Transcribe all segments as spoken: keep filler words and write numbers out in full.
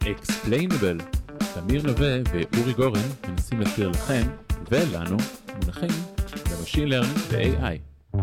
Explainable. תמיר נווה ואורי גורן מנסים להסביר לכם ולנו מונחים ב-Machine Learning ו-איי איי.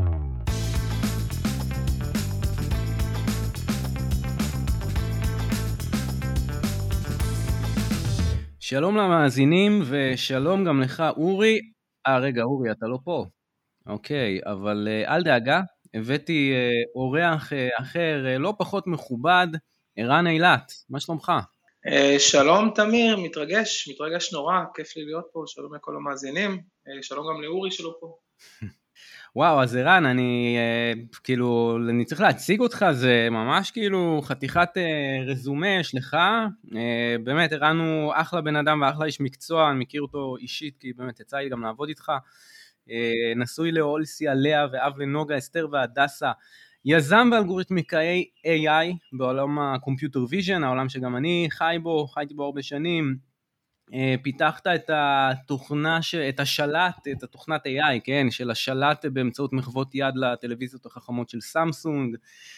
שלום למאזינים ושלום גם לך אורי. אה רגע אורי אתה לא פה. אוקיי, אבל אל דאגה, הבאתי אורח אחר לא פחות מכובד, ערן אילת, מה שלומך? שלום תמיר, מתרגש, מתרגש נורא, כיף לי להיות פה, שלום לכל המאזינים, שלום גם לאורי שלו פה. וואו, אז ערן, אני כאילו, אני צריך להציג אותך, זה ממש כאילו חתיכת רזומה יש לך, באמת ערן הוא אחלה בן אדם ואחלה איש מקצוע, אני מכיר אותו אישית, כי באמת יצא לי גם לעבוד איתך, נשוי לאולסיה, לאה ואב לנוגה, אסתר והדסה, יזם ואלגוריתמיקאי איי איי בעולם הקומפיוטר ויז'ן, העולם שגם אני חי בו, חייתי בו הרבה שנים, פיתחת את התוכנה, את השלט, את התוכנת איי איי, כן, של השלט באמצעות מחוות יד לטלוויזיות החכמות של סמסונג,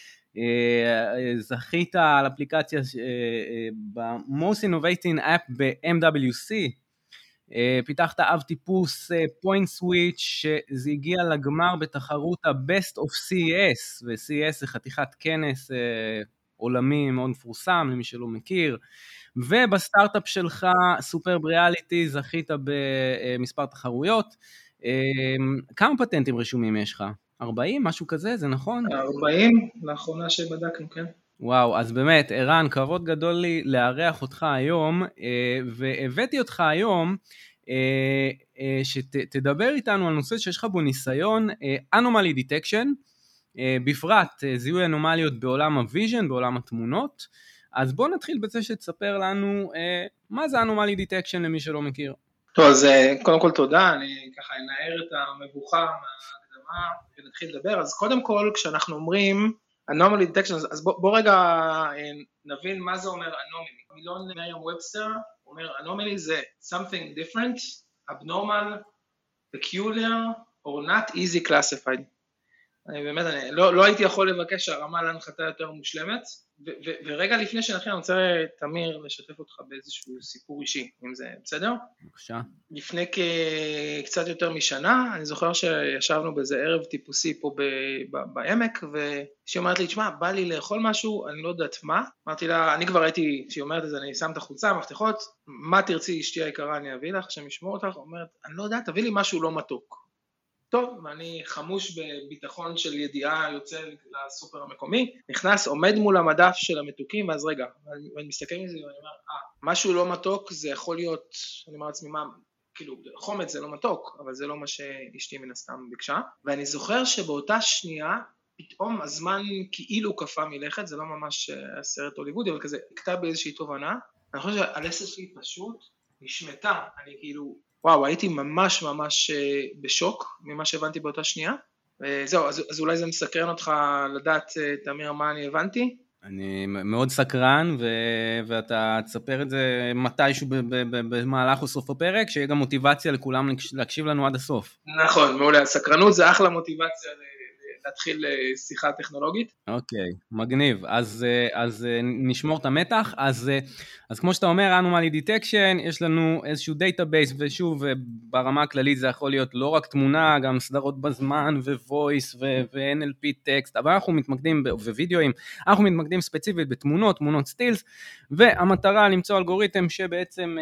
זכית על אפליקציה ב-Most Innovating App ב-אם דאבליו סי, פיתחת אב טיפוס פוינט סוויץ' שזה הגיע לגמר בתחרות ה-Best of סי אי אס, ו-סי אי אס זה חתיכת כנס עולמי מאוד מפורסם למי שלא מכיר, ובסטארט-אפ שלך סופר ריאליטי זכית במספר תחרויות. כמה פטנטים רשומים יש לך? ארבעים? משהו כזה? זה נכון? ארבעים, לאחרונה שבדקנו, כן. וואו, אז באמת, ערן, כבוד גדול לי לארח אותך היום, והבאתי אותך היום שתדבר איתנו על נושא שיש לך בו ניסיון, Anomaly Detection, בפרט זיהוי אנומליות בעולם הוויז'ן, בעולם התמונות. אז בוא נתחיל בזה שתספר לנו מה זה Anomaly Detection למי שלא מכיר. טוב, אז קודם כל תודה, אני ככה אנער את המבוכה מההקדמה ונתחיל לדבר. אז קודם כל כשאנחנו אומרים Anomaly Detection, אז בוא, בוא רגע נבין מה זה אומר Anomaly. מילון מרים ובסטר אומר Anomaly זה something different, abnormal, peculiar, or not easy classified. אני באמת, אני לא, לא הייתי יכול לבקש שהרמה להנחתה יותר מושלמת, ו- ו- ורגע לפני שנתחיל, אני רוצה, תמיר, לשתף אותך באיזשהו סיפור אישי, אם זה בסדר? בבקשה. לפני כ- קצת יותר משנה, אני זוכר שישבנו באיזה ערב טיפוסי פה ב- ב- בעמק, ושהיא אומרת לי, תשמע, בא לי לאכול משהו, אני לא יודעת מה, אמרתי לה, אני כבר הייתי, שהיא אומרת את זה, אני שם את החולצה, מפתחות, מה תרצי, אשתי היקרה, אני אביא לך, שמשמור אותך, אומרת, אני לא יודעת, תביא לי משהו לא מתוק. טוב, ואני חמוש בביטחון של ידיעה, יוצא לסופר המקומי, נכנס, עומד מול המדף של המתוקים, ואז רגע, ואני מסתכל מזה, ואני אומר, אה, משהו לא מתוק, זה יכול להיות, אני אומר לעצמי, מה, כאילו, חומץ זה לא מתוק, אבל זה לא מה שאשתי מן הסתם ביקשה, ואני זוכר שבאותה שנייה, פתאום הזמן כאילו קפה מלכת, זה לא ממש סרט הוליוודי, אבל כזה, הקטע באיזושהי תובנה, אני חושב שהלסת שלי פשוט נשמטה, אני כאילו, וואו, הייתי ממש ממש בשוק ממה שהבנתי באותה שנייה. זהו, אז, אז אולי זה מסקרן אותך לדעת, תמיר, מה אני הבנתי? אני מאוד סקרן, ו... ואתה תספר את זה מתישהו במהלך או סוף הפרק, שיהיה גם מוטיבציה לכולם להקשיב לנו עד הסוף. נכון, מעולה, סקרנות זה אחלה מוטיבציה להתחיל שיחה טכנולוגית. אוקיי, מגניב. אז, אז נשמור את המתח. אז, אז כמו שאתה אומר, Anomaly Detection, יש לנו איזשהו דאטאבייס, ושוב, ברמה הכללית זה יכול להיות לא רק תמונה, גם סדרות בזמן, ו-voice, ו-אן אל פי טקסט, אבל אנחנו מתמקדים, ווידאוים, אנחנו מתמקדים ספציפית בתמונות, תמונות סטילס, והמטרה למצוא אלגוריתם שבעצם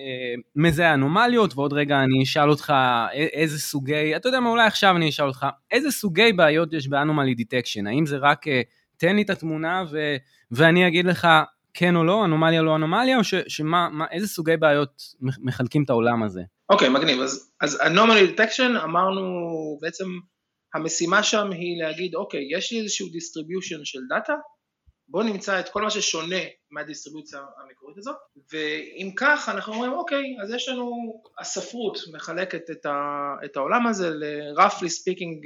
מזהה אנומליות, ועוד רגע אני אשאל אותך איזה סוגי, אתה יודע מה, אולי עכשיו אני אשאל אותך, איזה סוגי בעיות יש ב-Anomaly Detection? האם זה רק תן לי את התמונה ו- ואני אגיד לך כן או לא, אנומליה לא אנומליה, או ש- שמה, מה, איזה סוגי בעיות מחלקים את העולם הזה? אוקיי, okay, מגניב. אז, אז Anomaly Detection אמרנו בעצם המשימה שם היא להגיד, אוקיי, okay, יש לי איזשהו distribution של דאטה, בואו נמצא את כל מה ששונה מהדיסטריביוציה המקורית הזאת, ואם כך אנחנו אומרים, אוקיי, אז יש לנו הספרות מחלקת את, ה- את העולם הזה ל-roughly speaking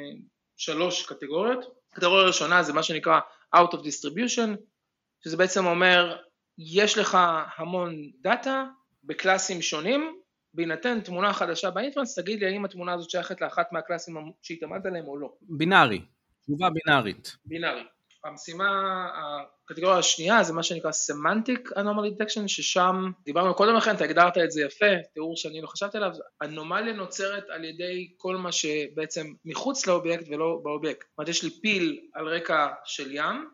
שלוש קטגוריות. קטגוריה ראשונה זה מה שנקרא out of distribution, שזה בעצם אומר, יש לך המון דאטה בקלאסים שונים, בהינתן תמונה חדשה באינפרנס, תגיד לי האם התמונה הזאת שייכת לאחת מהקלאסים שהתעמדת עליהם או לא. בינארי, תשובה בינארית. בינארי. המשימה, הקטגוריה השנייה זה מה שנקרא Semantic Anomaly Detection, ששם דיברנו קודם לכן, אתה הגדרת את זה יפה, תיאור שאני לא חשבתי עליו, אנומליה נוצרת על ידי כל מה שבעצם מחוץ לאובייקט ולא באובייקט. זאת אומרת, יש לי פיל על רקע של ים,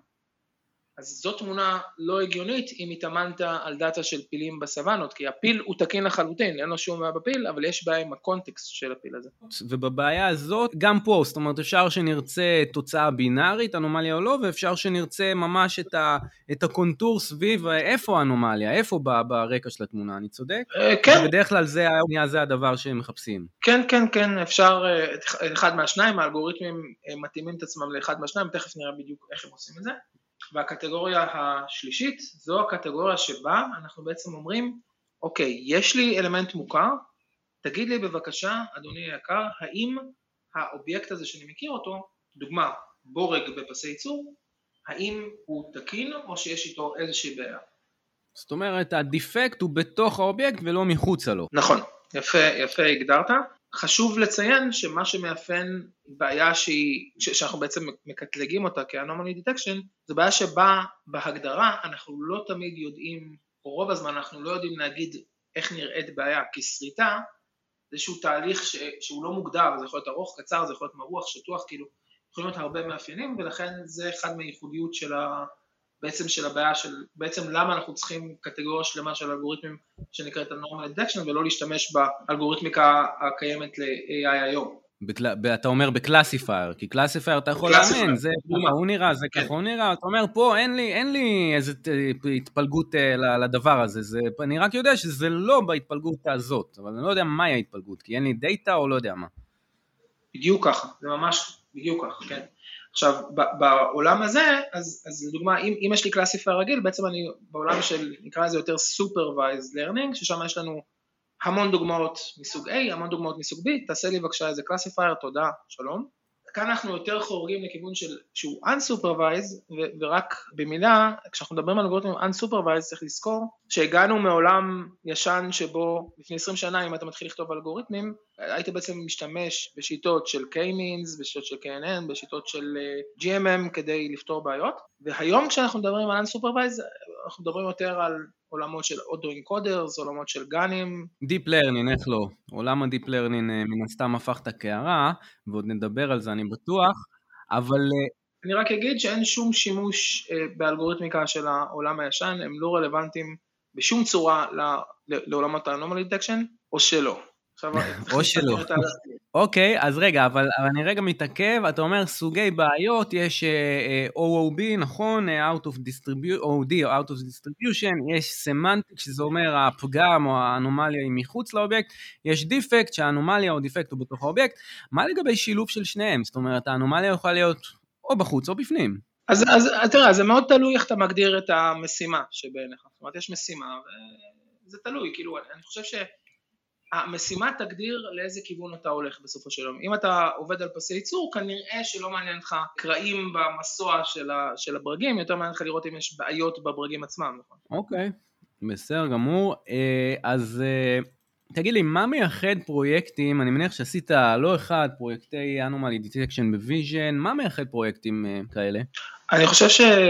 אז זו תמונה לא הגיונית אם התאמנת על דאטה של פילים בסוונות, כי הפיל הוא תקין לחלוטין, אין לו שום בעיה בפיל, אבל יש בעיה עם הקונטקסט של הפיל הזה. ובבעיה הזאת, גם פה, זאת אומרת, אפשר שנרצה תוצאה בינארית, אנומליה או לא, ואפשר שנרצה ממש את, ה, את הקונטור סביב, איפה האנומליה, איפה ברקע של התמונה, אני צודק? כן. בדרך כלל זה, זה הדבר שהם מחפשים. כן, כן, כן, אפשר, אחד מהשניים, האלגוריתמים מתאימים את עצמם לאחד מהשניים, תכף נראה בדיוק איך הם עושים את זה. והקטגוריה השלישית, זו הקטגוריה שבה אנחנו בעצם אומרים, אוקיי, יש לי אלמנט מוכר, תגיד לי בבקשה, אדוני היקר, האם האובייקט הזה שאני מכיר אותו, דוגמה, בורג בפסי ייצור, האם הוא תקין או שיש איתו איזושהי בעיה? זאת אומרת, הדיפקט הוא בתוך האובייקט ולא מחוצה לו. נכון, יפה, יפה הגדרת. חשוב לציין שמה שמאפיין בעיה שהיא, שאנחנו בעצם מקטלגים אותה כאנומלי דיטקשן, זו בעיה שבה בהגדרה אנחנו לא תמיד יודעים, או רוב הזמן אנחנו לא יודעים להגיד איך נראית בעיה, כי סריטה זה איזשהו תהליך ש, שהוא לא מוגדר, זה יכול להיות ארוך, קצר, זה יכול להיות מרוח, שטוח, כאילו, יכולים להיות הרבה מאפיינים, ולכן זה אחד מהייחודיות של ה... בעצם של הבעיה של, בעצם למה אנחנו צריכים קטגוריה שלמה של אלגוריתמים שנקראת ה-Normal Detection, ולא להשתמש באלגוריתמיקה הקיימת ל-איי איי היום. אתה אומר בקלאסיפייר, כי קלאסיפייר אתה יכול לאמן, זה ככה הוא נראה, זה ככה הוא נראה, אתה אומר פה אין לי איזו התפלגות לדבר הזה, אני רק יודע שזה לא בהתפלגות הזאת, אבל אני לא יודע מהי ההתפלגות, כי אין לי דאטה או לא יודע מה. בדיוק ככה, זה ממש בדיוק ככה, כן. עכשיו, בעולם הזה, אז, אז לדוגמה, אם, אם יש לי קלאסיפייר רגיל, בעצם אני בעולם של, נקרא לזה יותר Supervised Learning, ששם יש לנו המון דוגמאות מסוג A, המון דוגמאות מסוג B, תעשה לי בבקשה איזה קלאסיפייר, תודה, שלום. כאן אנחנו יותר חורגים לכיוון של, שהוא Unsupervised, ו, ורק במילה, כשאנחנו מדברים על אלגוריתמים Unsupervised, צריך לזכור שהגענו מעולם ישן שבו, לפני עשרים שנה, אם אתה מתחיל לכתוב אלגוריתמים, היית בעצם משתמש בשיטות של K-means, בשיטות של K N N, בשיטות של G M M כדי לפתור בעיות, והיום כשאנחנו מדברים על Unsupervised, אנחנו מדברים יותר על עולמות של אוטו-אנקודרס, עולמות של גנים. Deep Learning, איך לא? עולם ה-Deep Learning מן הסתם הפך את הקערה, ועוד נדבר על זה אני בטוח, אבל... אני רק אגיד שאין שום שימוש באלגוריתמיקה של העולם הישן, הם לא רלוונטיים בשום צורה לעולמות ה-Anomaly Detection, או שלא. או שלא. אוקיי, אז רגע, אבל אני רגע מתעכב, אתה אומר סוגי בעיות, יש O O B, נכון, out of distribution, O D, out of distribution, יש semantic, שזה אומר הפגם או האנומליה היא מחוץ לאובייקט, יש defect, שהאנומליה או defect הוא בתוך האובייקט, מה לגבי שילוב של שניהם? זאת אומרת, האנומליה יכולה להיות או בחוץ או בפנים. אז, אז תראה, זה מאוד תלוי איך אתה מגדיר את המשימה שבעיניך, זאת אומרת, יש משימה, וזה תלוי, כאילו, אני חושב ש... המשימה תגדיר לאיזה כיוון אתה הולך בסופו של יום. אם אתה עובד על פסי ייצור, כנראה שלא מעניין לך קרעים במסוע של, ה, של הברגים, יותר מעניין לך לראות אם יש בעיות בברגים עצמם, נכון? אוקיי, בסדר גמור. אז תגיד לי, מה מייחד פרויקטים, אני מניח שעשית לא אחד פרויקטי Anomaly Detection בוויז'ן, מה מייחד פרויקטים כאלה? אני חושב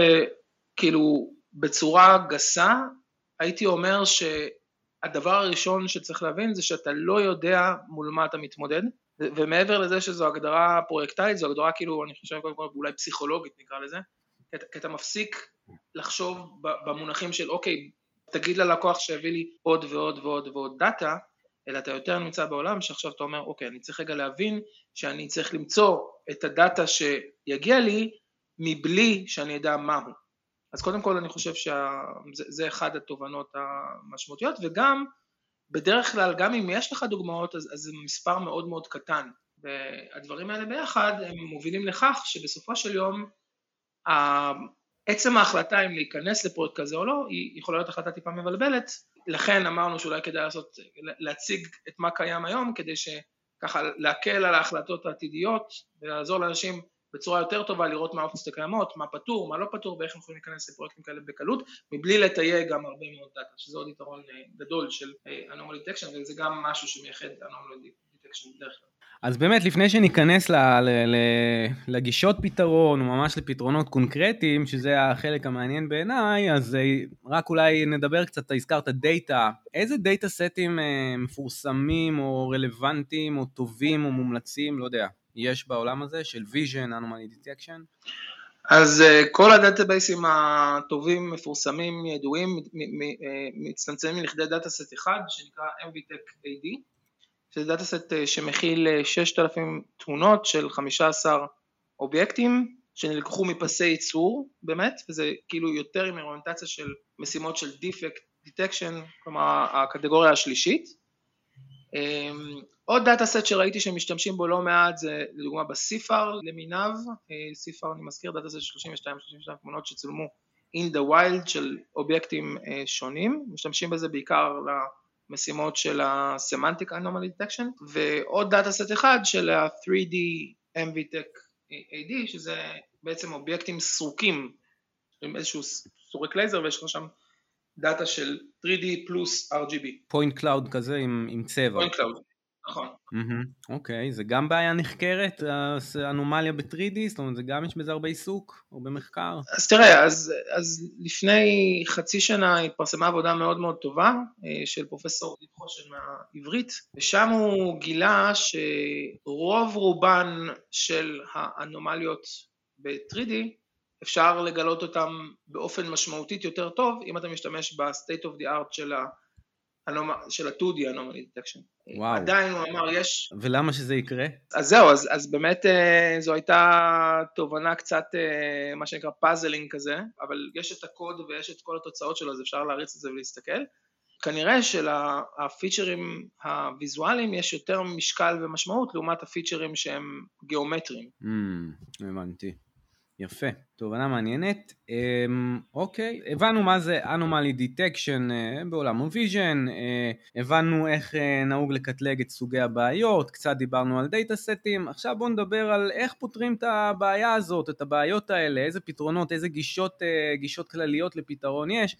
שכאילו בצורה גסה, הייתי אומר ש... הדבר הראשון שצריך להבין זה שאתה לא יודע מול מה אתה מתמודד, ומעבר לזה שזו הגדרה פרויקטלית, זו הגדרה כאילו, אני חושב קודם כל אולי פסיכולוגית נקרא לזה, כי אתה מפסיק לחשוב במונחים של אוקיי, תגיד ללקוח שהביא לי עוד ועוד ועוד ועוד דאטה, אלא אתה יותר נמצא בעולם שעכשיו אתה אומר אוקיי, אני צריך רגע להבין שאני צריך למצוא את הדאטה שיגיע לי, מבלי שאני אדע מהו. אז קודם כל אני חושב שזה אחד התובנות המשמעותיות, וגם בדרך כלל, גם אם יש לך דוגמאות, אז, אז זה מספר מאוד מאוד קטן, והדברים האלה ביחד הם מובילים לכך שבסופו של יום, עצם ההחלטה אם להיכנס לפרויקט כזה או לא, היא יכולה להיות החלטה טיפה מבלבלת, לכן אמרנו שאולי כדאי לעשות, להציג את מה קיים היום, כדי שככה להקל על ההחלטות העתידיות, ולעזור לאנשים, בצורה יותר טובה לראות מה האופציות הקיימות, מה פתור, מה לא פתור, ואיך אנחנו יכולים להיכנס לפרויקטים כאלה בקלות, מבלי לתייג גם הרבה מאוד דאטה, שזה עוד יתרון גדול של Anomaly Detection, וזה גם משהו שמייחד Anomaly Detection בדרך כלל. אז באמת, לפני שניכנס ל, ל, ל, לגישות פתרון, או ממש לפתרונות קונקרטיים, שזה החלק המעניין בעיניי, אז רק אולי נדבר קצת, אתה הזכרת דאטה, איזה דאטה סטים מפורסמים, או רלוונטיים, או טובים, או מומלצים, לא יודע, יש בעולם הזה של Vision, Anomaly Detection? אז כל הדאטאבייסים הטובים, מפורסמים, ידועים, מצטמצמים לכדי דאטאסט אחד, שנקרא M V Tech A D, שזה דאטאסט שמכיל ששת אלפים תמונות של חמישה עשר אובייקטים, שנלקחו מפסי ייצור, באמת, וזה כאילו יותר עם אוריינטציה של משימות של Defect Detection, כלומר הקטגוריה השלישית. עוד דאטאסט שראיתי שמשתמשים בו לא מעט, זה לדוגמה ב-סיפאר למיניו, סיפאר אני מזכיר, דאטאסט שלושים ושתיים שלושים ושתיים תמונות שצולמו in the wild של אובייקטים שונים, משתמשים בזה בעיקר למשימות של ה-Semantic Anomaly Detection, ועוד דאטאסט אחד של ה-three D M V Tech A D, שזה בעצם אובייקטים סרוקים, עם איזשהו סורק לייזר, ויש לך שם דאטה של three D פלוס R G B. Point Cloud כזה עם, עם צבע. Point Cloud, נכון. אוקיי, זה גם בעיה נחקרת, אנומליה ב-three D, זאת אומרת, זה גם יש בזה הרבה עיסוק, או במחקר? אז תראה, אז, אז לפני חצי שנה התפרסמה עבודה מאוד מאוד טובה, של פרופסור גיל חושן מהעברית, ושם הוא גילה שרוב רובן של האנומליות ב-three D, אפשר לגלות אותם באופן משמעותית יותר טוב, אם אתה משתמש ב-state of the art של ה... של ה-two D Anomaly Detection. וואו. עדיין הוא אמר, יש... ולמה שזה יקרה? אז זהו, אז, אז באמת זו הייתה תובנה קצת, מה שנקרא פאזלינג כזה, אבל יש את הקוד ויש את כל התוצאות שלו, אז אפשר להריץ את זה ולהסתכל. כנראה שלפיצ'רים הוויזואליים יש יותר משקל ומשמעות, לעומת הפיצ'רים שהם גיאומטריים. Mm, הבנתי. יפה, תובנה מעניינת. אוקיי, הבנו מה זה Anomaly Detection בעולם ה-Vision, הבנו איך נהוג לקטלג את סוגי הבעיות, קצת דיברנו על דאטה סטים, עכשיו בואו נדבר על איך פותרים את הבעיה הזאת, את הבעיות האלה, איזה פתרונות, איזה גישות, גישות כלליות לפתרון יש,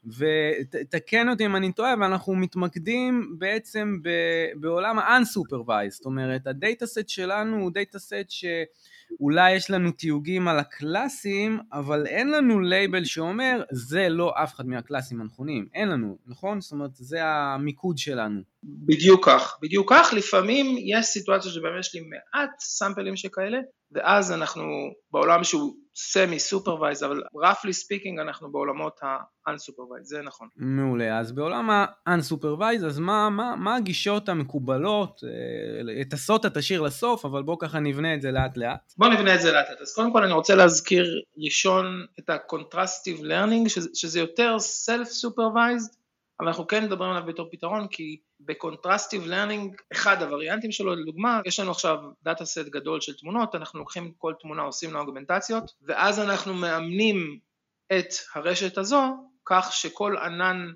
ותקן אותי אם אני טועה, ואנחנו מתמקדים בעצם בעולם ה-unsupervised, זאת אומרת, הדאטה סט שלנו הוא דאטה סט ש... אולי יש לנו תיוגים על הקלאסים, אבל אין לנו לייבל שאומר, זה לא אף אחד מהקלאסים הנכונים, אין לנו, נכון? זאת אומרת, זה המיקוד שלנו. בדיוק כך, בדיוק כך, לפעמים יש סיטואציה שבהם יש לי מעט סאמפלים שכאלה, ואז אנחנו בעולם שהוא semi-supervised, אבל roughly speaking אנחנו בעולמות ה-unsupervised, זה נכון. מעולה, אז בעולם ה-unsupervised, אז מה, מה, מה הגישות המקובלות? את הסוטה תשאיר לסוף, אבל בוא ככה נבנה את זה לאט לאט. בוא נבנה את זה לאט לאט, אז קודם כל אני רוצה להזכיר ראשון את ה-contrastive learning, שזה, שזה יותר self-supervised, אבל אנחנו כן מדברים עליו בתור פתרון, כי ב-contrastive learning, אחד הווריאנטים שלו, לדוגמה, יש לנו עכשיו דאטה סט גדול של תמונות, אנחנו לוקחים כל תמונה, עושים לה אוגמנטציות, ואז אנחנו מאמנים את הרשת הזו, כך שכל ענן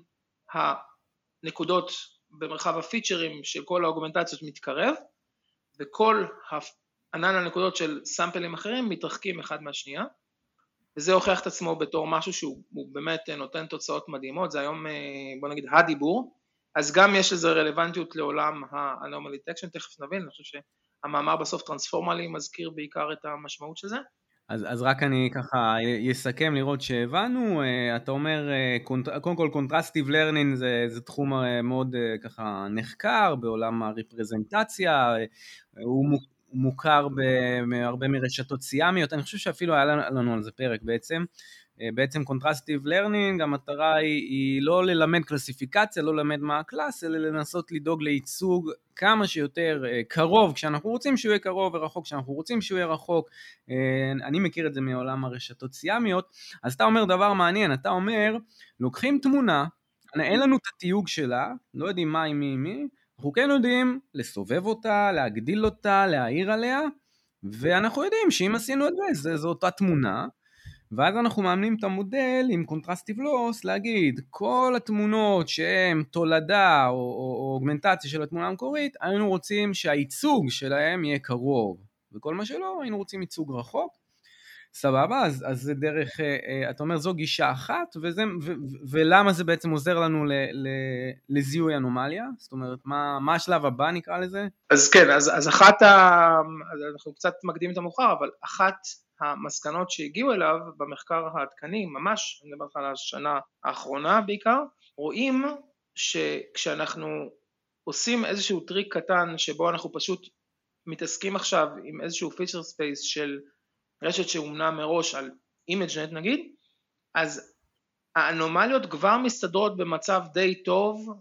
הנקודות במרחב הפיצ'רים של כל האוגמנטציות מתקרב, וכל ענן הנקודות של סאמפלים אחרים מתרחקים אחד מהשנייה, וזה הוכיח את עצמו בתור משהו שהוא באמת נותן תוצאות מדהימות, זה היום בוא נגיד הדיבור, אז גם יש לזה רלוונטיות לעולם ה-Anomaly Detection, תכף נבין, אני חושב שהמאמר בסוף טרנספורמלי מזכיר בעיקר את המשמעות של זה. אז, אז רק אני ככה יסכם לראות שהבנו, אתה אומר, קודם כל Contrastive Learning זה, זה תחום מאוד ככה נחקר בעולם הרפרזנטציה, הוא מוכר בהרבה מרשתות סיאמיות, אני חושב שאפילו היה לנו על זה פרק בעצם, בעצם Contrastive Learning, המטרה היא, היא לא ללמד קלסיפיקציה, לא ללמד מה הקלאס, אלא לנסות לדאוג לייצוג כמה שיותר קרוב, כשאנחנו רוצים שהוא יהיה קרוב ורחוק, כשאנחנו רוצים שהוא יהיה רחוק, אני מכיר את זה מעולם הרשתות סיאמיות, אז אתה אומר דבר מעניין, אתה אומר, לוקחים תמונה, אין לנו את התיוג שלה, לא יודעים מה היא מי מי, אנחנו כן יודעים לסובב אותה, להגדיל אותה, להעיר עליה, ואנחנו יודעים שאם עשינו את זה, זו אותה תמונה, ואז אנחנו מאמנים את המודל עם Contrastive Loss, להגיד, כל התמונות שהן תולדה או, או, או אוגמנטציה של התמונה המקורית, היינו רוצים שהייצוג שלהם יהיה קרוב, וכל מה שלא, היינו רוצים ייצוג רחוק, סבבה, אז, אז זה דרך, אתה אומר, זו גישה אחת, וזה, ו, ולמה זה בעצם עוזר לנו ל, ל, לזיהוי אנומליה? זאת אומרת, מה, מה השלב הבא נקרא לזה? אז כן, אז, אז אחת, ה, אנחנו קצת מקדימים את המאוחר, אבל אחת המסקנות שהגיעו אליו במחקר העדכני, ממש, אני מדבר על השנה האחרונה בעיקר, רואים שכשאנחנו עושים איזשהו טריק קטן, שבו אנחנו פשוט מתעסקים עכשיו עם איזשהו פיצ'ר ספייס של רשת שאומנה מראש על ImageNet נגיד, אז האנומליות כבר מסתדרות במצב די טוב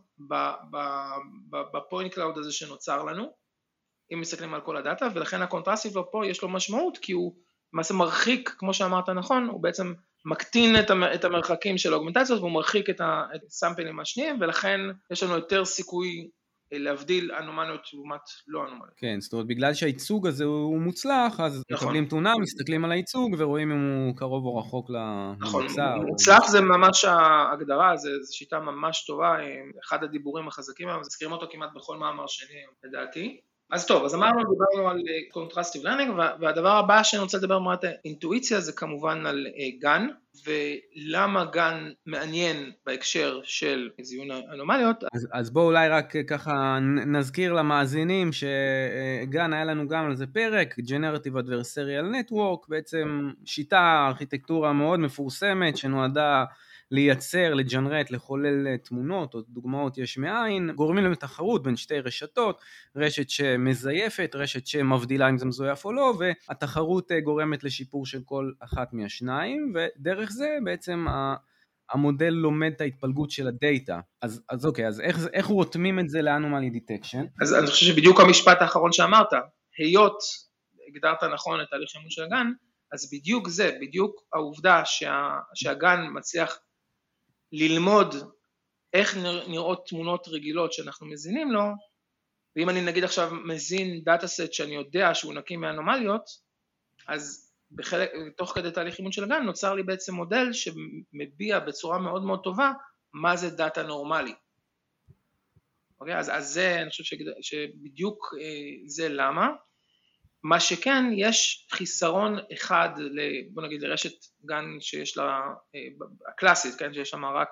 בפוינט קלאוד הזה שנוצר לנו, אם מסתכלים על כל הדאטה, ולכן הקונטרסטיב פה יש לו משמעות, כי הוא למעשה מרחיק, כמו שאמרת נכון, הוא בעצם מקטין את המרחקים של האוגמנטציות, והוא מרחיק את הסאמפלים השניים, ולכן יש לנו יותר סיכוי להבדיל אנומליות לעומת לא אנומליות. כן, זאת אומרת, בגלל שהייצוג הזה הוא מוצלח, אז נכון. מקבלים תמונה, מסתכלים על הייצוג, ורואים אם הוא קרוב או רחוק למוצר. נכון, מוצלח או... זה ממש ההגדרה, זו שיטה ממש טובה, אחד הדיבורים החזקים, מזכירים אותו כמעט בכל מאמר שני, לדעתי. אז טוב, אז אמרנו, דיברנו על Contrastive Learning, והדבר הבא שאני רוצה לדבר מעט אינטואיציה, זה כמובן על גן, ולמה גן מעניין בהקשר של זיהוי אנומליות. אז, אז בואו אולי רק ככה נזכיר למאזינים, שגן היה לנו גם על זה פרק, Generative Adversarial Network, בעצם שיטה, ארכיטקטורה מאוד מפורסמת, שנועדה לייצר, לג'נרט, לחולל תמונות או דוגמאות יש מאין, גורמים לתחרות בין שתי רשתות, רשת שמזייפת, רשת שמבדילה אם זה מזויף או לא, והתחרות גורמת לשיפור של כל אחת מהשניים, ודרך זה בעצם המודל לומד את ההתפלגות של הדאטה. אז, אז אוקיי, אז איך, איך רותמים את זה לאנומלי דיטקשן? אז אני חושב שבדיוק המשפט האחרון שאמרת, היות, הגדרת נכון את תהליך שימוש של הגן, אז בדיוק זה, בדיוק העובדה שה, שהגן מצליח ללמוד איך נראות תמונות רגילות שאנחנו מזינים לו, ואם אני נגיד עכשיו מזין דאטה סט שאני יודע שהוא נקי מאנומליות, אז בחלק, תוך כדי תהליך אימון של הגן נוצר לי בעצם מודל שמביע בצורה מאוד מאוד טובה מה זה דאטה נורמלי. אוקיי? אז, אז זה, אני חושב שבדיוק זה למה. מה שכן, יש חיסרון אחד, בוא נגיד לרשת גן שיש לה, הקלאסית, כן, שיש שם רק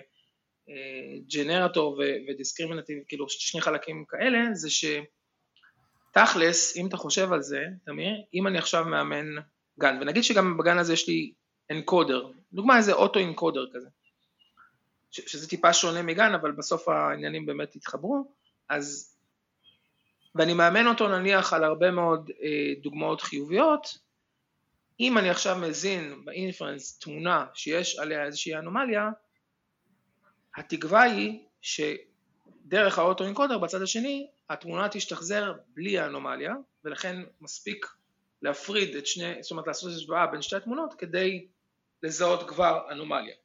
ג'נרטור ודיסקרימינטיב, כאילו שני חלקים כאלה, זה שתכלס, אם אתה חושב על זה, תמיר, אם אני עכשיו מאמן גן, ונגיד שגם בגן הזה יש לי אנקודר, דוגמה איזה אוטו-אנקודר כזה, שזה טיפה שונה מגן, אבל בסוף העניינים באמת התחברו, אז ואני מאמן אותו נניח על הרבה מאוד אה, דוגמאות חיוביות, אם אני עכשיו מזין באינפרנס תמונה שיש עליה איזושהי אנומליה, התקווה היא שדרך האוטו-אנקודר בצד השני, התמונה תשתחזר בלי האנומליה, ולכן מספיק להפריד את שני, זאת אומרת לעשות השוואה בין שתי התמונות, כדי לזהות כבר אנומליה.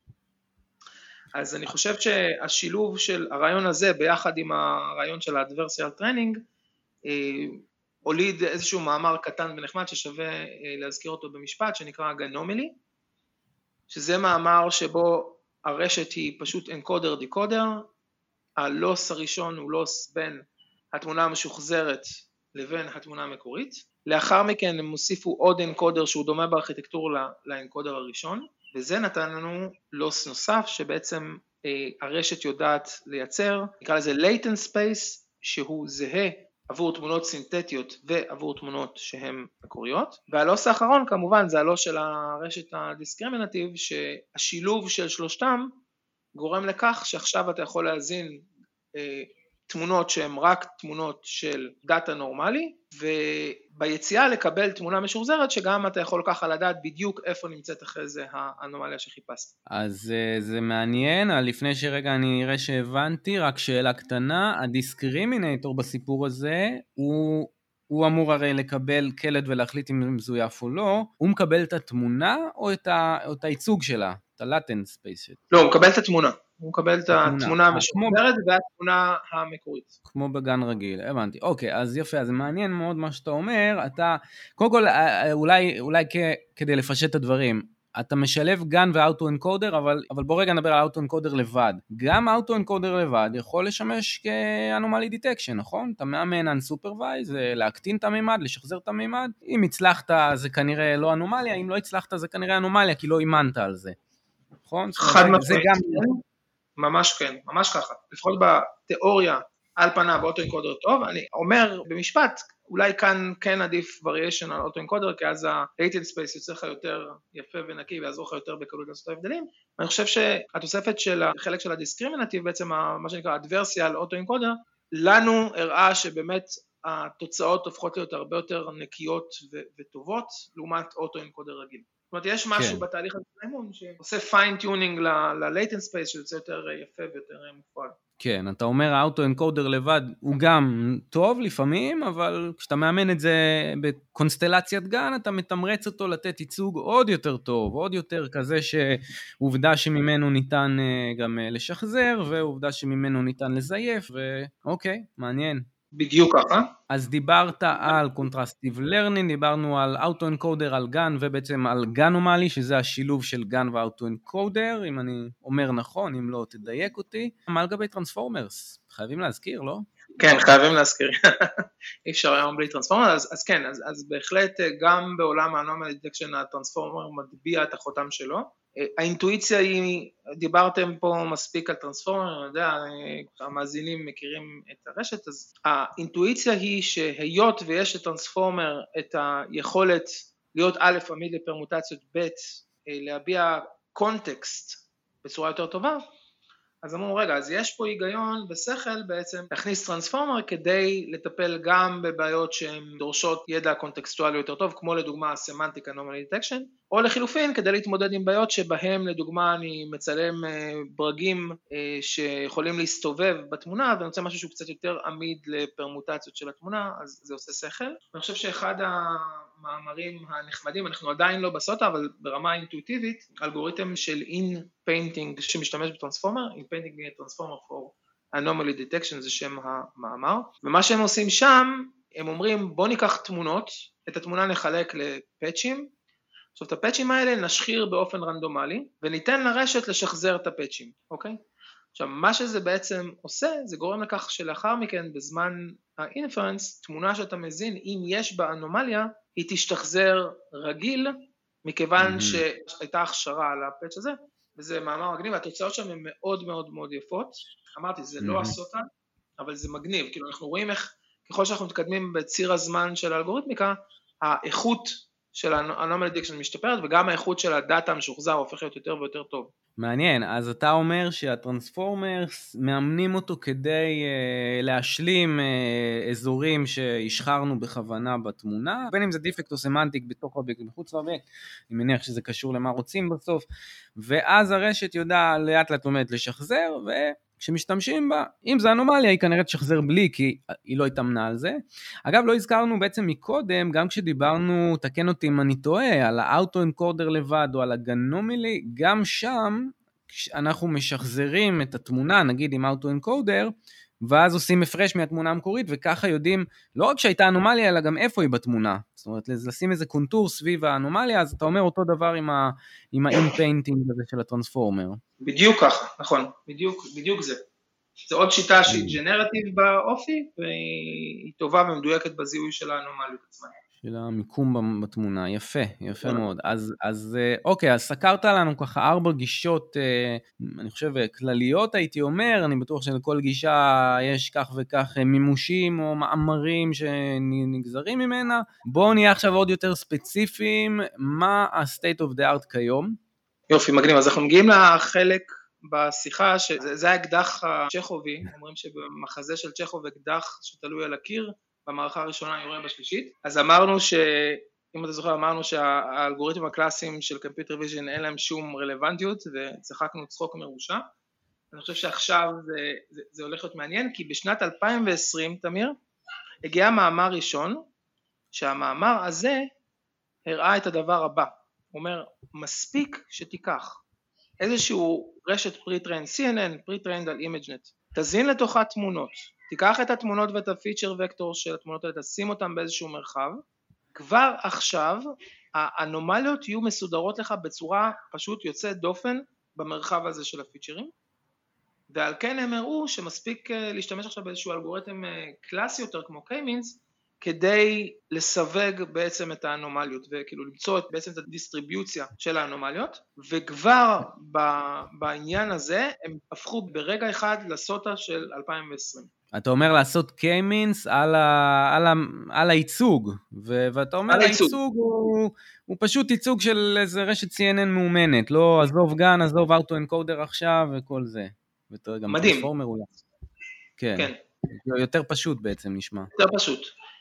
אז אני חושב שהשילוב של הרעיון הזה ביחד עם הרעיון של ה-adversarial training, הוליד איזשהו מאמר קטן ונחמד ששווה להזכיר אותו במשפט, שנקרא גנומלי, שזה מאמר שבו הרשת היא פשוט אנקודר דיקודר, הלוס הראשון הוא לוס בין התמונה המשוחזרת לבין התמונה המקורית, לאחר מכן הם הוסיפו עוד אנקודר שהוא דומה בארכיטקטורה לאנקודר הראשון, וזה נתן לנו לוס נוסף שבעצם אה, הרשת יודעת לייצר, נקרא לזה latent space, שהוא זהה עבור תמונות סינתטיות ועבור תמונות שהן מקוריות, והלוס האחרון כמובן זה הלוס של הרשת הדיסקרימינטיב, שהשילוב של שלושתם גורם לכך שעכשיו אתה יכול להזין אה, תמונות שהן רק תמונות של דאטה נורמלי, וביציאה לקבל תמונה משוחזרת שגם אתה יכול ככה לדעת בדיוק איפה נמצאת אחרי זה האנומליה שחיפשת. אז זה מעניין, לפני שרגע אני אראה שהבנתי, רק שאלה קטנה, הדיסקרימינטור בסיפור הזה, הוא, הוא אמור הרי לקבל קלט ולהחליט אם זה מזויף או לא, הוא מקבל את התמונה או את, ה, או את הייצוג שלה, את ה-latent space? לא, הוא מקבל את התמונה. הוא מקבל את התמונה המשוחזרת והתמונה המקורית. כמו בגן רגיל, הבנתי. אוקיי, אז יפה, אז מעניין מאוד מה שאתה אומר. אתה, קודם כל, אולי, אולי כ, כדי לפשט את הדברים, אתה משלב גן ואוטו-אנקודר, אבל, אבל בוא רגע נדבר על אוטו-אנקודר לבד. גם אוטו-אנקודר לבד יכול לשמש כאנומלי דיטקשן, נכון? אתה מאמן unsupervised, להקטין את המימד, לשחזר את המימד. אם הצלחת זה כנראה לא אנומליה, אם לא הצלחת זה כנראה אנומליה, כי לא אימנת על זה. נכון? חד זה, משמעית. זה גם... ממש כן, ממש ככה. לפחות בתיאוריה, על פניו באוטו-אנקודר טוב, אני אומר במשפט, אולי כאן כן עדיף variation על אוטו-אנקודר, כי אז ה-latent space יוצא לך יותר יפה ונקי, ויעזור לך יותר בקלות לעשות ההבדלים. אני חושב שהתוספת של החלק של הדיסקרימינטיב, בעצם מה שנקרא אדברסיה על אוטו-אנקודר, לנו הראה שבאמת התוצאות הופכות להיות הרבה יותר נקיות וטובות, לעומת אוטו-אנקודר רגיל. זאת אומרת, יש משהו בתהליך האימון שעושה פיין-טיונינג ל-latent space, שיוצא יותר יפה ויותר מופעל. כן, אתה אומר האוטו-אנקודר לבד הוא גם טוב לפעמים, אבל כשאתה מאמן את זה בקונסטלציית גן, אתה מתמרץ אותו לתת ייצוג עוד יותר טוב, עוד יותר כזה שעובדה שממנו ניתן גם לשחזר, ועובדה שממנו ניתן לזייף, ואוקיי, מעניין. בדיוק ככה. אז דיברת על Contrastive Learning, דיברנו על Auto-Encoder, על גן, ובעצם על גנומלי, שזה השילוב של גן ו-Auto-Encoder, אם אני אומר נכון, אם לא תדייק אותי. מה לגבי טרנספורמרס? חייבים להזכיר, לא? כן, חייבים להזכיר. אי אפשר היום בלי טרנספורמר, אז, אז כן, אז, אז בהחלט גם בעולם האנומלי דיטקשן הטרנספורמר מטביע את החותם שלו. האינטואיציה היא, דיברתם פה מספיק על טרנספורמר, אני יודע, המאזינים מכירים את הרשת, אז האינטואיציה היא שהיות ויש לטרנספורמר את היכולת להיות א' עמיד לפרמוטציות ב', להביע קונטקסט בצורה יותר טובה, אז אמרו, רגע, אז יש פה היגיון בשכל בעצם להכניס טרנספורמר כדי לטפל גם בבעיות שהן דורשות ידע קונטקסטואלי יותר טוב, כמו לדוגמה סמנטיק אנומלי דיטקשן, או לחילופין כדי להתמודד עם בעיות שבהם לדוגמה אני מצלם ברגים שיכולים להסתובב בתמונה, ואני רוצה משהו שהוא קצת יותר עמיד לפרמוטציות של התמונה, אז זה עושה שכל. אני חושב שאחד המאמרים הנחמדים, אנחנו עדיין לא בסוטה, אבל ברמה אינטואיטיבית, אלגוריתם של in-painting שמשתמש בטרנספורמר, in-painting טרנספורמר for anomaly detection זה שם המאמר, ומה שהם עושים שם, הם אומרים בוא ניקח תמונות, את התמונה נחלק לפאצ'ים, עכשיו את הפאצ'ים האלה נשחיר באופן רנדומלי, וניתן לרשת לשחזר את הפאצ'ים, אוקיי? עכשיו מה שזה בעצם עושה, זה גורם לכך שלאחר מכן בזמן האינפרנס, תמונה שאתה מזין, אם יש בה אנומליה, היא תשתחזר רגיל, מכיוון mm-hmm. שהייתה הכשרה על הפאצ' הזה, וזה מאמר מגניב, והתוצאות שם הן מאוד מאוד מאוד יפות, אמרתי, זה mm-hmm. לא הסוטה, אבל זה מגניב, כאילו אנחנו רואים איך, ככל שאנחנו מתקדמים בציר הזמן של האלגוריתמיקה, האיכות של האנומלי דיטקשן משתפרת, וגם האיכות של הדאטה המשוחזר הופך להיות יותר ויותר טוב. מעניין, אז אתה אומר שהטרנספורמרס מאמנים אותו כדי uh, להשלים uh, אזורים שהשחרנו בכוונה בתמונה, בין אם זה דיפקט או סמנטיק בתוך אובייקט מחוץ לאובייקט, אני מניח שזה קשור למה רוצים בסוף, ואז הרשת יודע לאט לאט לומדת לשחזר, וכשמשתמשים בה, אם זה אנומליה היא כנראה תשחזר בלי, כי היא לא התאמנה על זה. אגב, לא הזכרנו בעצם מקודם, גם כשדיברנו, תקן אותי אם אני טועה, על האוטו-אנקודר לבד או על הגנומלי, גם שם אנחנו משחזרים את התמונה, נגיד עם אוטו-אנקודר, ואז עושים מפרש מהתמונה המקורית, וככה יודעים לא רק שהייתה אנומליה, אלא גם איפה היא בתמונה. זאת אומרת, לשים איזה קונטור סביב האנומליה, אז אתה אומר אותו דבר עם ה- עם ה-in-painting הזה של הטרנספורמר. בדיוק ככה, נכון, בדיוק, בדיוק זה. זה עוד שיטה שהיא ג'נרטיב באופי, והיא טובה ומדויקת בזיהוי של האנומליות עצמה. של המיקום בתמונה, יפה, יפה מאוד. אז, אז אוקיי, אז סקרת לנו ככה ארבע גישות, אני חושב, כלליות הייתי אומר, אני בטוח שלכל גישה יש כך וכך מימושים או מאמרים שנגזרים ממנה. בואו נהיה עכשיו עוד יותר ספציפיים, מה ה-state of the art כיום? יופי, מגניב, אז אנחנו מגיעים לחלק בשיחה, שזה האקדח הצ'כובי, אומרים שבמחזה של צ'כוב אקדח שתלוי על הקיר, במערכה הראשונה יורה בשלישית, אז אמרנו ש... אם אתה זוכר, אמרנו שהאלגוריתמים הקלאסיים של Computer Vision אין להם שום רלוונטיות, וצחקנו צחוק מרושע. אני חושב שעכשיו זה, זה, זה הולך להיות מעניין, כי בשנת אלפיים ועשרים, תמיר, הגיע מאמר ראשון, שהמאמר הזה הראה את הדבר הבא. הוא אומר, מספיק שתיקח איזשהו רשת pre-trained סי אן אן, pre-trained על ImageNet, תזין לתוכה תמונות, תיקח את התמונות ואת הפיצ'ר וקטור של התמונות האלה, תשים אותם באיזשהו מרחב, כבר עכשיו האנומליות יהיו מסודרות לך בצורה פשוט יוצאת דופן במרחב הזה של הפיצ'רים, ועל כן הם הראו שמספיק להשתמש עכשיו באיזשהו אלגוריתם קלאסי יותר כמו K-means, כדי לסווג בעצם את האנומליות, וכאילו למצוא בעצם את הדיסטריביוציה של האנומליות, וכבר בעניין הזה הם הפכו ברגע אחד לסוטה של אלפיים ועשרים. אתה אומר לעשות K-means על, ה, על, ה, על הייצוג, ו, ואתה אומר הייצוג הוא, הוא פשוט ייצוג של איזה רשת סי אן אן מאומנת, לא עזוב גן, עזוב אוטו-אנקודר עכשיו וכל זה. מדהים. טרנספורמר אולי. כן. כן. יותר פשוט בעצם נשמע. יותר פשוט.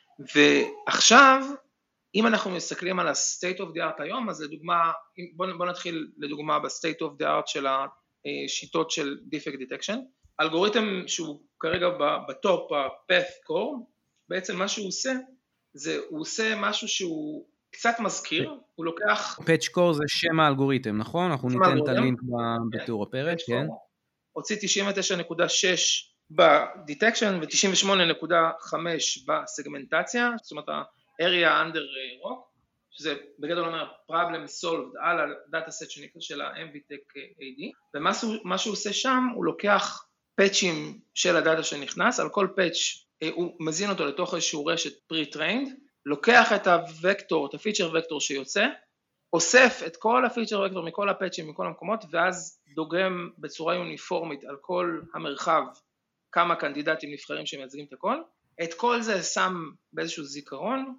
ועכשיו, אם אנחנו מסתכלים על ה-state of the art היום, אז לדוגמה, בוא, בוא נתחיל לדוגמה ב-state of the art של השיטות של defect detection, אלגוריתם שהוא כרגע בטופ, ה-path core, בעצם מה שהוא עושה, זה הוא עושה משהו שהוא קצת מזכיר, הוא לוקח... patch core זה שם האלגוריתם, נכון? אנחנו ניתן את הלינק בתיאור הפרק, כן? הוציא תשעים ותשע נקודה שש בדיטקשן ו-תשעים ושמונה נקודה חמש בסגמנטציה, זאת אומרת ה-area under rock, שזה בגדול אומר problem solved על הדאטה סט של ה-אם וי טק איי די, ומה שהוא עושה שם, הוא לוקח פאצ'ים של הדאטה שנכנס, על כל פאצ' הוא מזין אותו לתוך איזשהו רשת pre-trained, לוקח את הוקטור, את הפיצ'ר וקטור שיוצא, אוסף את כל הפיצ'ר וקטור מכל הפאצ'ים, מכל המקומות, ואז דוגם בצורה יוניפורמית על כל המרחב, כמה קנדידטים נבחרים שמייצגים את הכל, את כל זה שם באיזשהו זיכרון,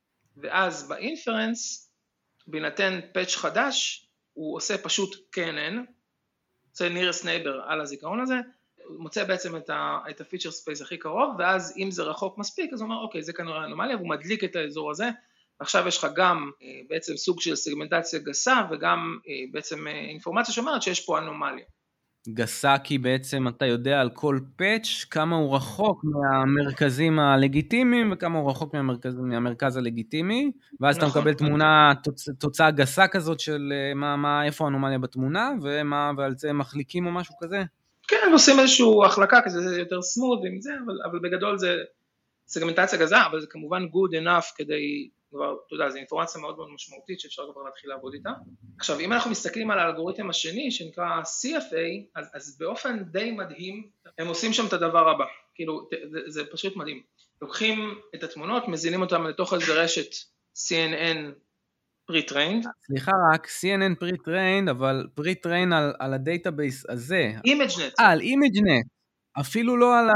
ואז באינפרנס, בהינתן פאצ' חדש, הוא עושה פשוט K N N, עושה nearest neighbor על הזיכרון הזה, הוא מוצא בעצם את ה-feature space הכי קרוב, ואז אם זה רחוק מספיק, אז הוא אומר, אוקיי, זה כנראה אנומליה, והוא מדליק את האזור הזה, ועכשיו יש לך גם בעצם סוג של סגמנטציה גסה, וגם בעצם אינפורמציה שאומרת שיש פה אנומליה. גסה כי בעצם אתה יודע על כל פאץ' כמה הוא רחוק מהמרכזים הלגיטימיים, וכמה הוא רחוק מהמרכז, מהמרכז הלגיטימי, ואז נכון. אתה מקבל תמונה, תוצ, תוצאה גסה כזאת של מה, מה, איפה האנומליה בתמונה, ומה, ועל זה מחליקים או משהו כזה. כן, עושים איזושהי החלקה כזה, זה יותר סמוד עם זה, אבל, אבל בגדול זה סגמנטציה גזה, אבל זה כמובן good enough כדי, כבר, אתה יודע, זו אינפורמציה מאוד מאוד משמעותית שאפשר כבר להתחיל לעבוד איתה. עכשיו, אם אנחנו מסתכלים על האלגוריתם השני, שנקרא סי אף איי, אז, אז באופן די מדהים, הם עושים שם את הדבר הבא, כאילו, זה, זה פשוט מדהים. לוקחים את התמונות, מזינים אותם לתוך איזה רשת סי אן אן pre-trained. סליחה רק, סי אן אן pre-trained, אבל pre-trained על, על הדייטאבייס הזה. ImageNet. אה, על ImageNet. אפילו לא על ה...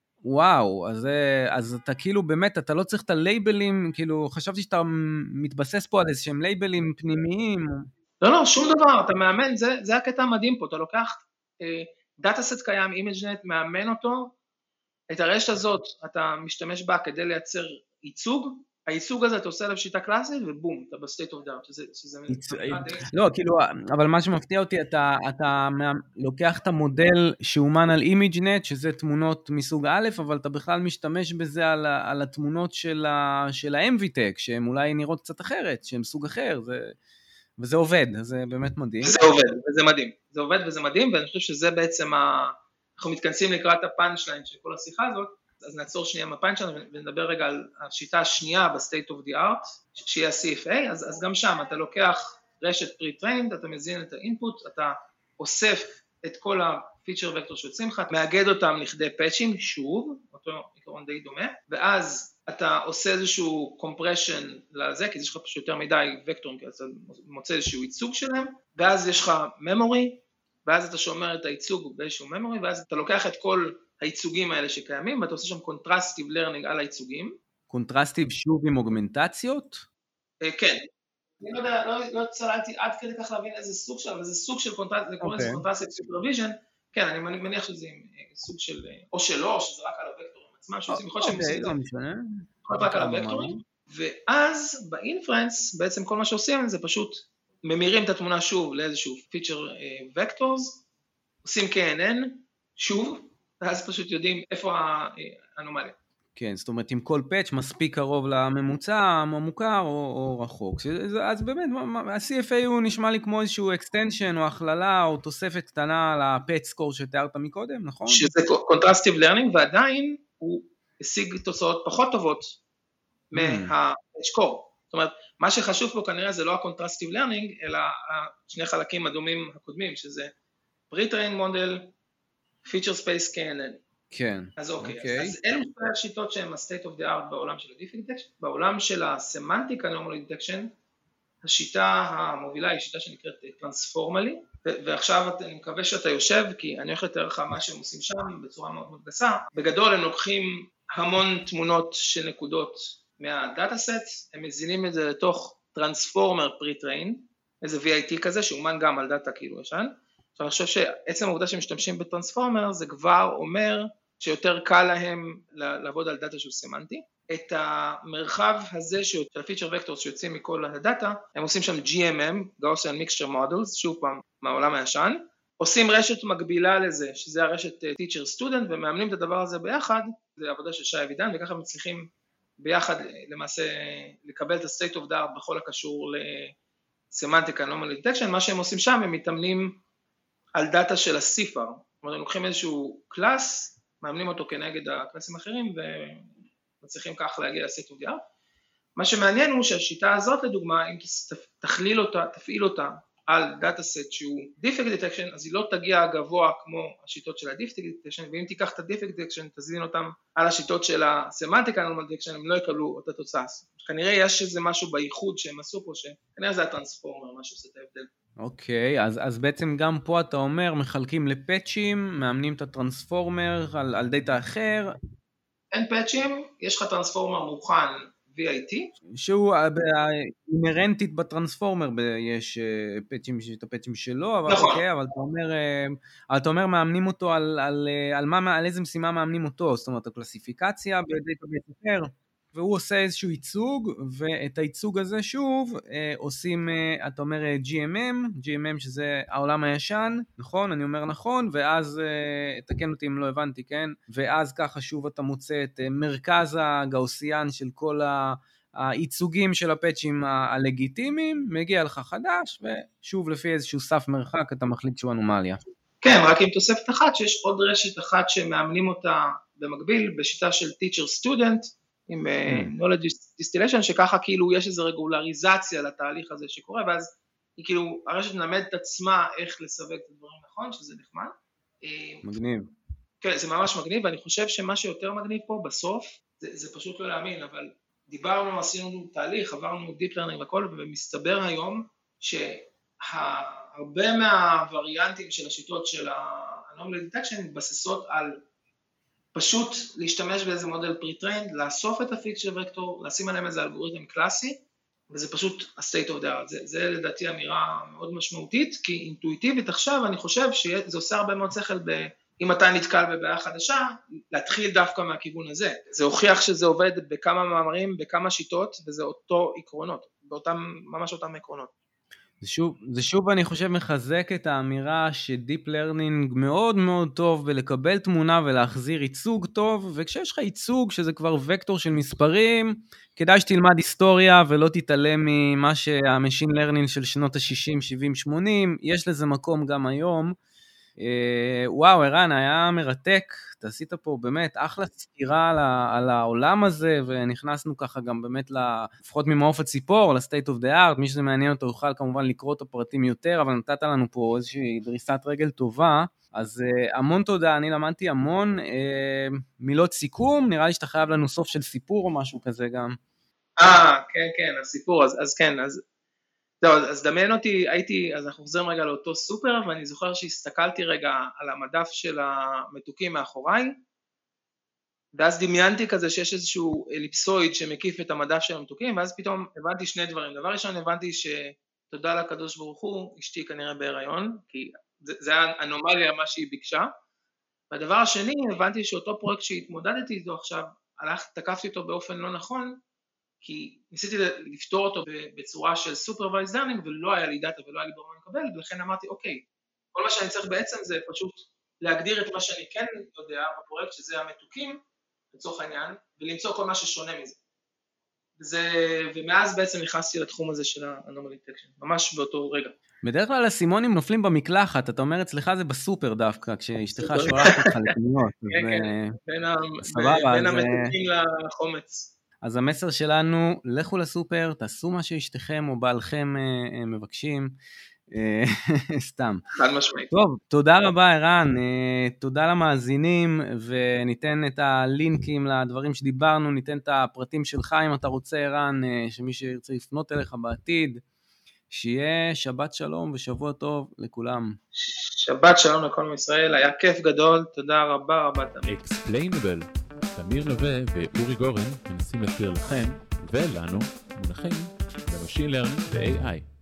וואו, אז, אז אתה כאילו באמת, אתה לא צריך את הלייבלים, כאילו חשבתי שאתה מתבסס פה על איזשהם לייבלים פנימיים. לא, לא, שום דבר, אתה מאמן, זה, זה הקטע המדהים פה, אתה לוקח דאטה סט קיים, ImageNet, מאמן אותו, את הרשת הזאת אתה משתמש בה כדי לייצר ייצוג, הייצוג הזה אתה עושה עליו שיטה קלאסית, ובום, אתה בסטייט אוף דארט, שזה... לא, כאילו, אבל מה שמפתיע אותי, אתה לוקח את המודל שאומן על ImageNet, שזה תמונות מסוג א', אבל אתה בכלל משתמש בזה על התמונות של ה-אם וי טק, שהן אולי נראות קצת אחרת, שהן סוג אחר, וזה עובד, זה באמת מדהים. זה עובד, וזה מדהים, זה עובד וזה מדהים, ואני חושב שזה בעצם, אנחנו מתכנסים לקראת הפאנצ'ליין של כל השיחה הזאת, אז נעצור שנייה מהפיין שלנו ונדבר רגע על השיטה השנייה ב-State of the Art, שהיא ה-סי אף איי, אז, אז גם שם אתה לוקח רשת pre-trained, אתה מזין את האינפוט, אתה אוסף את כל הפיצ'ר וקטור שיוצאים לך, מאגד אותם לכדי פאצ'ים, שוב, אותו עיקרון די דומה, ואז אתה עושה איזשהו compression לזה, כי יש לך פשוט יותר מדי וקטורים, כי אתה מוצא איזשהו ייצוג שלהם, ואז יש לך memory, ואז אתה שומר את הייצוג באיזשהו memory, ואז אתה לוקח את כל הייצוגים האלה שקיימים, ואתה עושה שם contrastive learning על הייצוגים. contrastive שוב עם אוגמנטציות? כן. אני לא יודע, לא צללתי עד כדי כך להבין איזה סוג של, אבל זה סוג של contrastive supervision, כן, אני מניח שזה סוג של, או שלא, או שזה רק על הוקטורים עצמם, שעושים יכול שהם עושים את זה. רק על הוקטורים. ואז באינפרנס, בעצם כל מה שעושים זה פשוט ממירים את התמונה שוב לאיזשהו feature vectors, עושים K N N, שוב, ואז פשוט יודעים איפה האנומליה. כן, זאת אומרת, עם כל פאץ' מספיק קרוב לממוצע, המוכר או, או רחוק. אז באמת, ה-סי אף איי הוא נשמע לי כמו איזשהו extension או הכללה או תוספת קטנה לפאץ' סקור שתיארת מקודם, נכון? שזה contrastive learning, ועדיין הוא השיג תוצאות פחות טובות מה-פאץ' סקור. זאת אומרת, מה שחשוב פה כנראה זה לא ה-contrastive learning, אלא שני חלקים הדומים הקודמים, שזה pre-trained model, feature space K N N. כן. אז אוקיי, okay. אז, אז אלו שתי השיטות שהן ה-state of the art בעולם של ה-defect detection, בעולם של ה-semantic anomaly detection, השיטה המובילה היא שיטה שנקראת טרנספורמלי, ועכשיו אני מקווה שאתה יושב, כי אני הולך לתאר לך מה שהם עושים שם בצורה מאוד מאוד גסה. בגדול הם לוקחים המון תמונות של נקודות מהדאטה סט, הם מזינים את זה לתוך טרנספורמר פרי-טריין, איזה V I T כזה שאומן גם על דאטה כאילו ישן. עכשיו אני חושב שעצם העובדה שהם משתמשים בטרנספורמר זה כבר אומר שיותר קל להם לעבוד על דאטה שהוא סמנטי. את המרחב הזה של הפיצ'ר וקטורס שיוצאים מכל הדאטה, הם עושים שם G M M, Gaussian Mixture Models, שוב פעם מהעולם הישן, עושים רשת מקבילה לזה, שזה הרשת Teacher Student, ומאמנים את הדבר הזה ביחד, זה עבודה של שי אבידן, וככה מצליחים ביחד למעשה לקבל את ה-state of the art בכל הקשור ל-Semantic Anomaly Detection, מה שהם עושים שם, הם מתאמנים על דאטה של ה-C F R, זאת אומרת, הם לוקחים איזשהו קלאס, מאמנים אותו כנגד הקלאסים האחרים, ומצליחים כך להגיע ל-state of the art. מה שמעניין הוא שהשיטה הזאת, לדוגמה, אם תכליל אותה, תפעיל אותה על דאטה סט שהוא defect detection, אז היא לא תגיע גבוה כמו השיטות של ה-defect detection, ואם תיקח את ה-defect detection, תזין אותם על השיטות של ה-semantic anomaly detection, הם לא יקבלו אותה תוצאה. כנראה יש איזה משהו בייחוד שהם עשו פה, שכנראה זה הטרנספורמר, מה שעושה את ההבדל. אוקיי, אז, אז בעצם גם פה אתה אומר, מחלקים לפאצ'ים, מאמנים את הטרנספורמר על, על דאטה אחר. אין פאצ'ים, יש לך טרנספורמר מוכן, V I T. שהוא אינרנטית בטרנספורמר, יש פאצ'ים, את הפאצ'ים שלו, אבל נכון. אוקיי, אבל אתה אומר, אבל אתה אומר מאמנים אותו על, על, על, מה, על איזה משימה מאמנים אותו, זאת אומרת, הקלסיפיקציה בדאטה אחר. והוא עושה איזשהו ייצוג, ואת הייצוג הזה שוב עושים, אתה אומר G M M, G M M שזה העולם הישן, נכון? אני אומר נכון, ואז, תקן אותי אם לא הבנתי, כן? ואז ככה שוב אתה מוצא את מרכז הגאוסיאן של כל הייצוגים של הפאצ'ים הלגיטימיים, מגיע לך חדש, ושוב לפי איזשהו סף מרחק אתה מחליט שהוא אנומליה. כן, רק עם תוספת אחת, שיש עוד רשת אחת שמאמנים אותה במקביל, בשיטה של teacher student, עם knowledge distillation, שככה כאילו יש איזו רגולריזציה לתהליך הזה שקורה, ואז היא כאילו, הרשת מלמדת את עצמה איך לסווג את הדברים נכון, שזה נחמד. מגניב. כן, זה ממש מגניב, ואני חושב שמה שיותר מגניב פה בסוף, זה, זה פשוט לא להאמין, אבל דיברנו, עשינו תהליך, עברנו deep learning וכל, ומסתבר היום שהרבה מהווריאנטים של השיטות של ה-anomaly detection מתבססות על פשוט להשתמש באיזה מודל pre-trained, לאסוף את הפיצ'ר וקטור, לשים עליהם איזה אלגוריתם קלאסי, וזה פשוט ה-state of the art. זה, זה לדעתי אמירה מאוד משמעותית, כי אינטואיטיבית עכשיו אני חושב שזה עושה הרבה מאוד שכל, ב, אם אתה נתקל בבעיה חדשה, להתחיל דווקא מהכיוון הזה. זה הוכיח שזה עובד בכמה מאמרים, בכמה שיטות, וזה אותו עקרונות, באותם, ממש אותם עקרונות. זה שוב, זה שוב אני חושב מחזק את האמירה שדיפ לרנינג מאוד מאוד טוב בלקבל תמונה ולהחזיר ייצוג טוב, וכשיש לך ייצוג שזה כבר וקטור של מספרים, כדאי שתלמד היסטוריה ולא תתעלם ממה שהמשין לרנינג של שנות ה-שישים, שבעים, שמונים, יש לזה מקום גם היום. וואו, ערן, היה מרתק, אתה עשית פה באמת אחלה סקירה על, על העולם הזה, ונכנסנו ככה גם באמת לפחות ממעוף הציפור, ל-state of the art, מי שזה מעניין אותו יוכל כמובן לקרוא את הפרטים יותר, אבל נתת לנו פה איזושהי דריסת רגל טובה, אז המון תודה, אני למדתי המון, מילות סיכום, נראה לי שאתה חייב לנו סוף של סיפור או משהו כזה גם. אה, כן, כן, הסיפור, אז, אז כן, אז... זהו, אז דמיין אותי, הייתי, אז אנחנו חוזרים רגע לאותו סופר, ואני זוכר שהסתכלתי רגע על המדף של המתוקים מאחוריי, ואז דמיינתי כזה שיש איזשהו אליפסויד שמקיף את המדף של המתוקים, ואז פתאום הבנתי שני דברים. דבר ראשון, הבנתי שתודה לקדוש ברוך הוא, אשתי כנראה בהיריון, כי זה, זה האנומליה מה שהיא ביקשה. והדבר השני, הבנתי שאותו פרויקט שהתמודדתי איתו עכשיו, הלך, תקפתי אותו באופן לא נכון, כי ניסיתי לפתור אותו בצורה של supervised learning, ולא היה לי דאטה ולא היה לי ברמה לקבל, ולכן אמרתי, אוקיי, כל מה שאני צריך בעצם זה פשוט להגדיר את מה שאני כן יודע בפרויקט, שזה המתוקים, לצורך העניין, ולמצוא כל מה ששונה מזה. וזה, ומאז בעצם נכנסתי לתחום הזה של ה-anomaly detection, ממש באותו רגע. בדרך כלל הסימונים נופלים במקלחת, אתה אומר אצלך זה בסופר דווקא, כשאשתך שולחת אותך לקניות. כן, כן, בין המתוקים לחומץ. אז המסר שלנו, לכו לסופר, תעשו מה שאשתכם או בעלכם מבקשים, סתם. חד משמעית. טוב, תודה רבה ערן, תודה למאזינים, וניתן את הלינקים לדברים שדיברנו, ניתן את הפרטים שלך אם אתה רוצה ערן, שמי שירצה לפנות אליך בעתיד, שיהיה שבת שלום ושבוע טוב לכולם. שבת שלום לכל ישראל, היה כיף גדול, תודה רבה רבה תמיר. Explainable, תמיר נווה ואורי גורן מנסים להסביר לכם ולנו מונחים במשין לרנינג ו-איי איי.